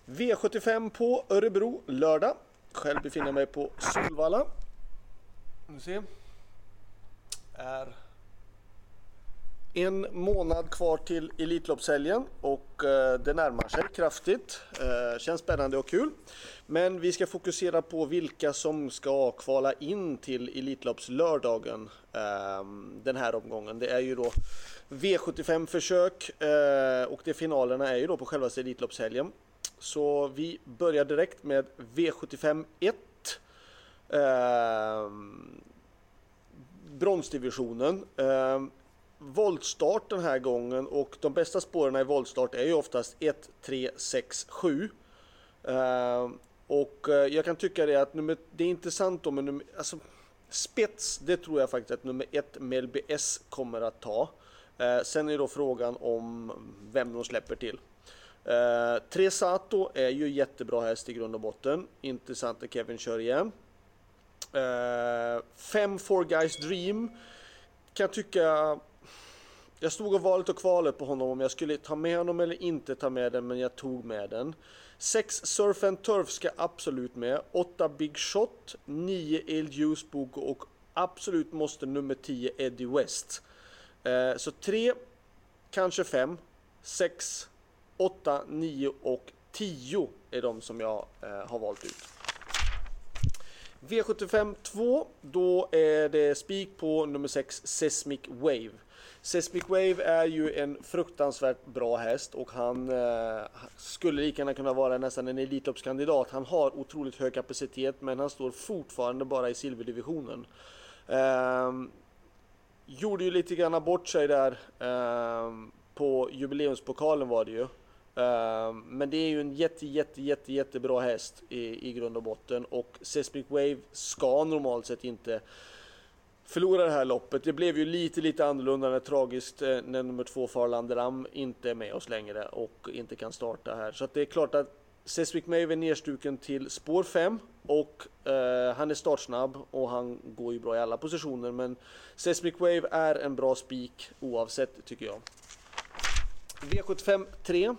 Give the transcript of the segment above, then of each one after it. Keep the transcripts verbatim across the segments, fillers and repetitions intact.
V sjuttiofem på Örebro lördag. Själv befinner jag mig på Solvalla. Nu ser. Är en månad kvar till Elitloppshelgen och eh, det närmar sig kraftigt. Eh, känns spännande och kul. Men vi ska fokusera på vilka som ska kvala in till Elitloppslördagen eh, den här omgången. Det är ju då V sjuttiofem-försök eh, och de finalerna är ju då på själva Elitloppshelgen. Så vi börjar direkt med V sjuttiofem ett. Eh, bronsdivisionen. Eh, voltstart den här gången, och de bästa spåren i voltstart är ju oftast ett, tre, sex, sju. Uh, och uh, jag kan tycka det att nummer, det är intressant då med nummer, alltså, spets, det tror jag faktiskt att nummer ett Melby S kommer att ta. Uh, sen är då frågan om vem de släpper till. Uh, Tre Sato är ju jättebra häst i grund och botten. Intressant att Kevin kör igen. Uh, fem Four Guys Dream kan jag tycka. Jag stod och valet och kvalet på honom om jag skulle ta med honom eller inte ta med den, men jag tog med den. sex Surf and Turf ska absolut med. åtta Big Shot, nio El Ljusbog och absolut måste nummer tio Eddie West. Eh, så tre, kanske fem, sex, åtta, nio och tio är de som jag eh, har valt ut. V sjuttiofem två, då är det spik på nummer sex Seismic Wave. Seismic Wave är ju en fruktansvärt bra häst och han eh, skulle lika gärna kunna vara nästan en elitloppskandidat. Han har otroligt hög kapacitet, men han står fortfarande bara i silverdivisionen. Eh, gjorde ju lite grann bort sig där eh, på jubileumspokalen var det ju. Uh, men det är ju en jätte, jätte, jätte, jättebra häst i, i grund och botten, och Seismic Wave ska normalt sett inte förlora det här loppet. Det blev ju lite, lite annorlunda när tragiskt eh, när nummer två Farlanderam inte är med oss längre och inte kan starta här. Så att det är klart att Seismic Wave är nedstuken till spår fem och uh, han är startsnabb och han går ju bra i alla positioner, men Seismic Wave är en bra spik oavsett, tycker jag. V sjuttiofem tre.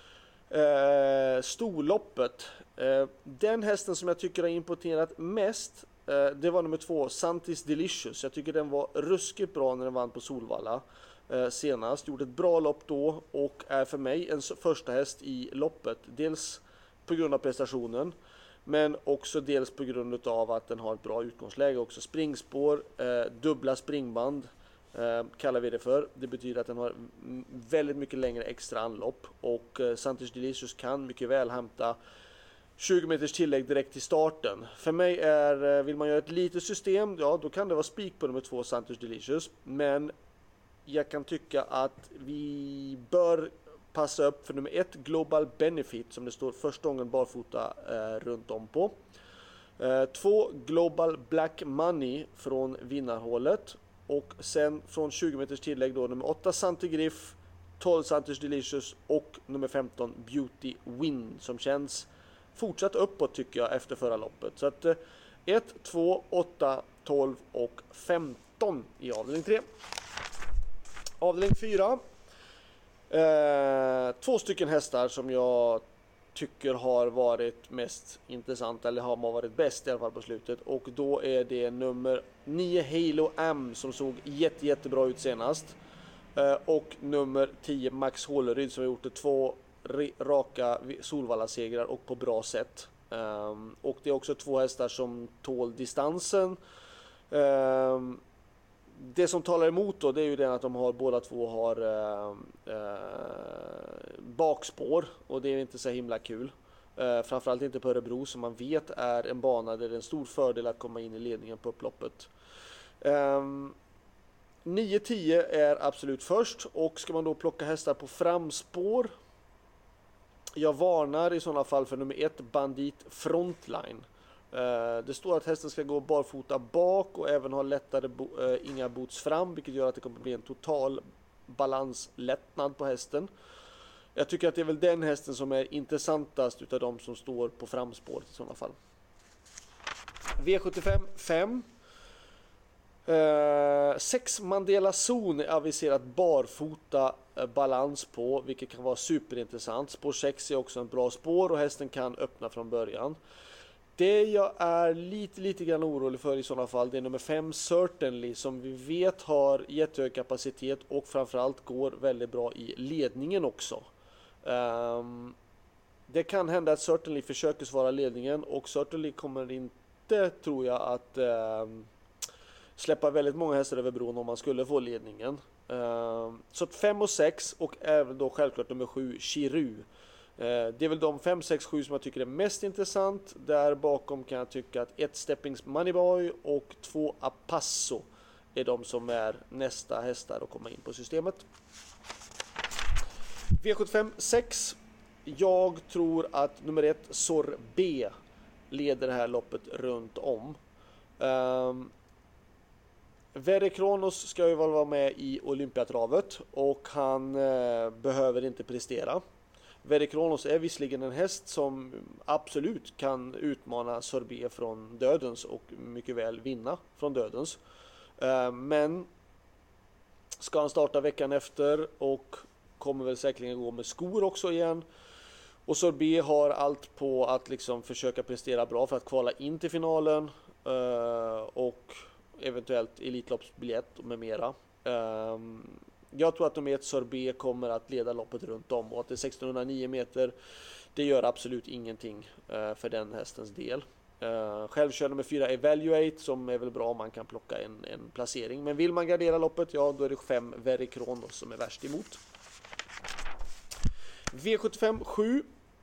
Uh, storloppet. Uh, den hästen som jag tycker har importerat mest, uh, det var nummer två Santis Delicious. Jag tycker den var ruskigt bra när den vann på Solvalla uh, senast. Gjorde ett bra lopp då och är för mig en första häst i loppet. Dels på grund av prestationen, men också dels på grund av att den har ett bra utgångsläge också. Springspår, uh, dubbla springband Uh, kallar vi det för. Det betyder att den har väldigt mycket längre extra anlopp, och uh, Santis Delicious kan mycket väl hämta tjugo meters tillägg direkt till starten. För mig är, uh, vill man göra ett litet system, ja då kan det vara spik på nummer två Santis Delicious, men jag kan tycka att vi bör passa upp för nummer ett Global Benefit, som det står första gången barfota uh, runt om på. Uh, två Global Black Money från vinnarhålet. Och sen från tjugo meters tillägg då nummer åtta Santigriff, tolv Santis Delicious och nummer femton Beauty Win, som känns fortsatt uppåt tycker jag efter förra loppet. Så att ett, två, åtta, tolv och femton i avdelning tre. Avdelning fyra. Eh, två stycken hästar som jag tycker har varit mest intressant, eller har varit bäst i alla fall på slutet, och då är det nummer nio Halo M som såg jätte, jättebra ut senast, uh, och nummer tio Max Håleryd som har gjort det två raka Solvalla-segrar och på bra sätt. Um, och det är också två hästar som tål distansen. Um, Det som talar emot då, det är ju det att de har båda två har äh, äh, bakspår, och det är inte så himla kul. Äh, framförallt inte på Örebro, som man vet är en bana där det är en stor fördel att komma in i ledningen på upploppet. Ähm, nio tio är absolut först, och ska man då plocka hästar på framspår, jag varnar i sådana fall för nummer ett Bandit Frontline. Uh, det står att hästen ska gå barfota bak och även ha lättare bo- uh, inga boots fram, vilket gör att det kommer bli en total balanslättnad på hästen. Jag tycker att det är väl den hästen som är intressantast utav de som står på framspåret i sådana fall. V sjuttiofem fem. Uh, sex Mandela Zon är aviserat barfota uh, balans på, vilket kan vara superintressant. Spår sex är också en bra spår och hästen kan öppna från början. Det jag är lite, lite grann orolig för i sådana fall, det är nummer fem Certainly, som vi vet har jättehög kapacitet och framförallt går väldigt bra i ledningen också. Um, det kan hända att Certainly försöker svara ledningen, och Certainly kommer inte, tror jag, att um, släppa väldigt många hästar över bron om man skulle få ledningen. Um, så fem och sex, och även då självklart nummer sju Chiru. Det är väl de fem, sex, sju som jag tycker är mest intressant. Där bakom kan jag tycka att ett Steppings Moneyboy och två Apasso är de som är nästa hästar att komma in på systemet. V sjuttiofem sex. Jag tror att nummer ett Sorbet leder det här loppet runt om. Um, Verre Kronos ska ju vara med i Olympiatravet, och han uh, behöver inte prestera. Verre Kronos är visserligen en häst som absolut kan utmana Sorbet från dödens och mycket väl vinna från dödens. Men ska han starta veckan efter och kommer väl säkerligen gå med skor också igen. Och Sorbet har allt på att liksom försöka prestera bra för att kvala in till finalen och eventuellt Elitloppsbiljett med mera. Jag tror att nummer ett Sorbet kommer att leda loppet runt om, och att det är sextonhundranio meter, det gör absolut ingenting för den hästens del. Själv kör nummer fyra Evaluate, som är väl bra om man kan plocka en, en placering. Men vill man gardera loppet, ja, då är det fem Verre Kronos som är värst emot. V sjuttiofem sju.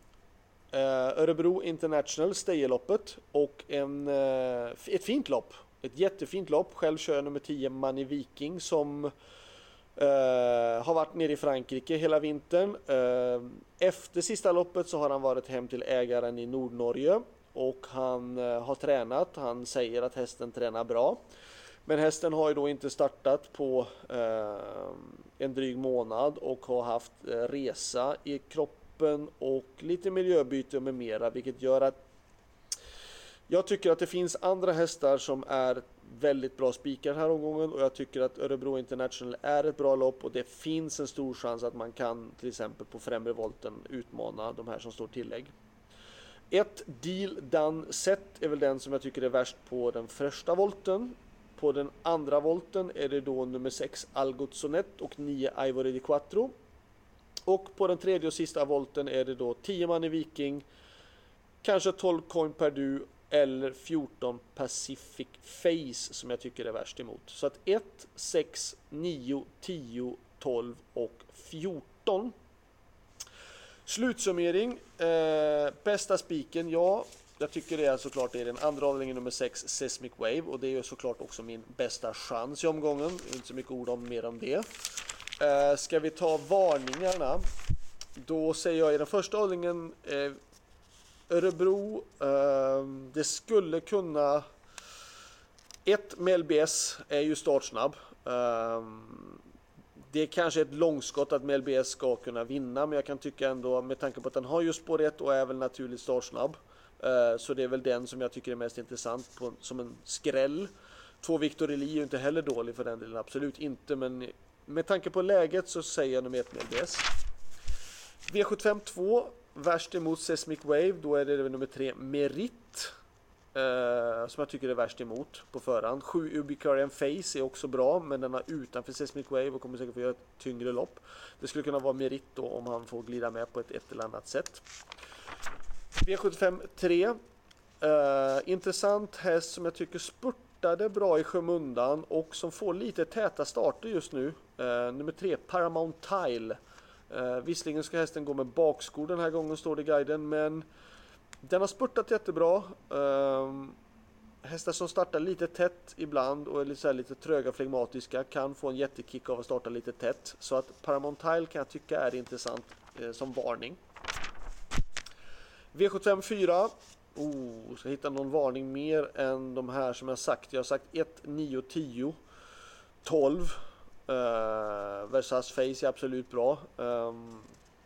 Örebro International Stayerloppet, och en, ett fint lopp. Ett jättefint lopp. Själv kör nummer tio Money Viking, som Uh, har varit nere i Frankrike hela vintern. Uh, efter sista loppet så har han varit hem till ägaren i Nordnorge, och han uh, har tränat. Han säger att hästen tränar bra, men hästen har ju då inte startat på uh, en dryg månad och har haft uh, resa i kroppen och lite miljöbyte med mera, vilket gör att jag tycker att det finns andra hästar som är väldigt bra spikar här omgången, och jag tycker att Örebro International är ett bra lopp, och det finns en stor chans att man kan till exempel på främre volten utmana de här som står tillägg. Ett Deal Done Set är väl den som jag tycker är värst på den första volten. På den andra volten är det då nummer sex Algotssonet och nio Ivory di Quattro. Och på den tredje och sista volten är det då tio Money Viking, kanske tolv Coin Perdu eller fjorton Pacific Face som jag tycker är värst emot. Så att ett, sex, nio, tio, tolv och fjorton. Slutsummering. Eh, bästa spiken, ja. Jag tycker det är såklart det är den andra avdelningen nummer sex Seismic Wave, och det är ju såklart också min bästa chans i omgången. Inte så mycket ord om mer om det. Eh, ska vi ta varningarna? Då säger jag i den första avdelningen eh, Örebro, eh, det skulle kunna ett med L B S är ju startsnabb. Eh, det är kanske ett långskott att med L B S ska kunna vinna, men jag kan tycka ändå med tanke på att den har just spår ett och är väl naturligt startsnabb, eh, så det är väl den som jag tycker är mest intressant på, som en skräll. Två Victor Eli är ju inte heller dålig för den delen, absolut inte, men med tanke på läget så säger jag nummer ett med L B S. V sjuttiofem två, värst emot Seismic Wave, då är det nummer tre Merit, eh, som jag tycker är värst emot på förhand. Sju Ubicarian Face är också bra, men den är utanför Seismic Wave och kommer säkert få göra ett tyngre lopp. Det skulle kunna vara Merit då om han får glida med på ett, ett eller annat sätt. V sjuttiofem tre, eh, intressant häst som jag tycker spurtade bra i skymundan och som får lite täta starter just nu. Eh, nummer tre Paramount Tile. Uh, visserligen ska hästen gå med bakskor den här gången, står det i guiden, men den har spurtat jättebra. Uh, hästar som startar lite tätt ibland och är lite, så här, lite tröga flegmatiska kan få en jättekick av att starta lite tätt, så att Paramount Tile kan jag tycka är intressant uh, som varning. V sjuttiofem fyra, oh, ska jag hitta någon varning mer än de här som jag sagt. Jag har sagt ett, nio, tio, tolv. Uh, Versace Face är absolut bra. um,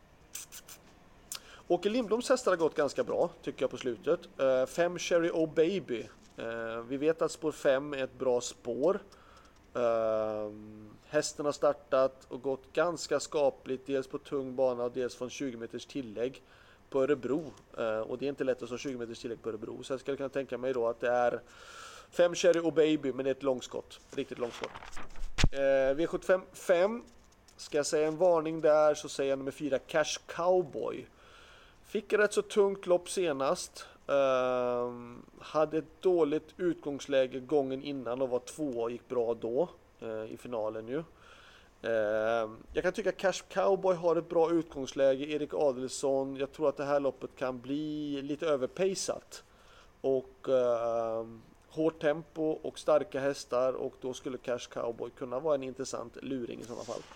Åke Lindbloms hästar har gått ganska bra tycker jag på slutet. uh, fem Cherry O Baby, uh, vi vet att spår fem är ett bra spår. Um, hästen har startat och gått ganska skapligt, dels på tung bana och dels från tjugo meters tillägg på Örebro. Uh, och det är inte lätt att ha tjugo meters tillägg på Örebro. Så jag skulle kunna tänka mig då att det är fem Cherry och Baby, men det är ett långskott. Riktigt långskott. Uh, V sjuttiofem fem. Ska jag säga en varning där, så säger jag nummer fyra Cash Cowboy. Fick ett rätt så tungt lopp senast. Uh, hade ett dåligt utgångsläge gången innan och var två och gick bra då uh, i finalen ju. Uh, jag kan tycka Cash Cowboy har ett bra utgångsläge. Erik Adelsson, jag tror att det här loppet kan bli lite överpaceat. Och uh, hårt tempo och starka hästar, och då skulle Cash Cowboy kunna vara en intressant luring i sådana fall.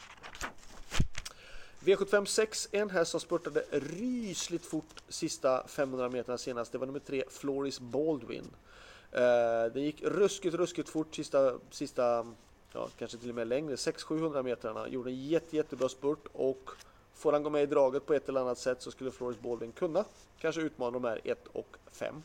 V sjuttiofem sex, en häst som spurtade rysligt fort sista femhundra meterna senast. Det var nummer tre Floris Baldwin. Uh, den gick ruskigt, ruskigt fort sista, sista ja, kanske till och med längre, sex till sjuhundra metrarna. Gjorde en jätte, jättebra spurt, och får han gå med i draget på ett eller annat sätt så skulle Floris Baldwin kunna kanske utmana de här ett och fem.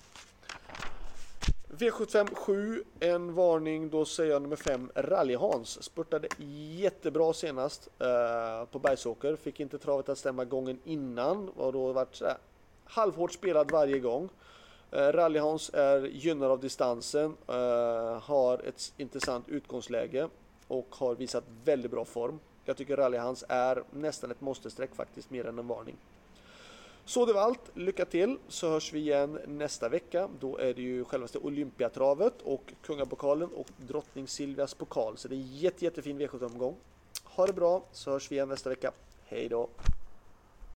V sjuttiofem sju, en varning, då säger jag nummer fem Rally Hans. Spurtade jättebra senast uh, på Bergsåker. Fick inte travet att stämma gången innan, och då varit sådär halvhårt spelad varje gång. uh, Rally Hans är gynnad av distansen, uh, har ett intressant utgångsläge och har visat väldigt bra form. Jag tycker Rally Hans är nästan ett måste-streck faktiskt, mer än en varning. Så det var allt. Lycka till, så hörs vi igen nästa vecka. Då är det ju självaste Olympiatravet och Kungapokalen och Drottning Silvias pokal. Så det är en jätte, jättefin V sjutton-omgång. Ha det bra, så hörs vi igen nästa vecka. Hej då!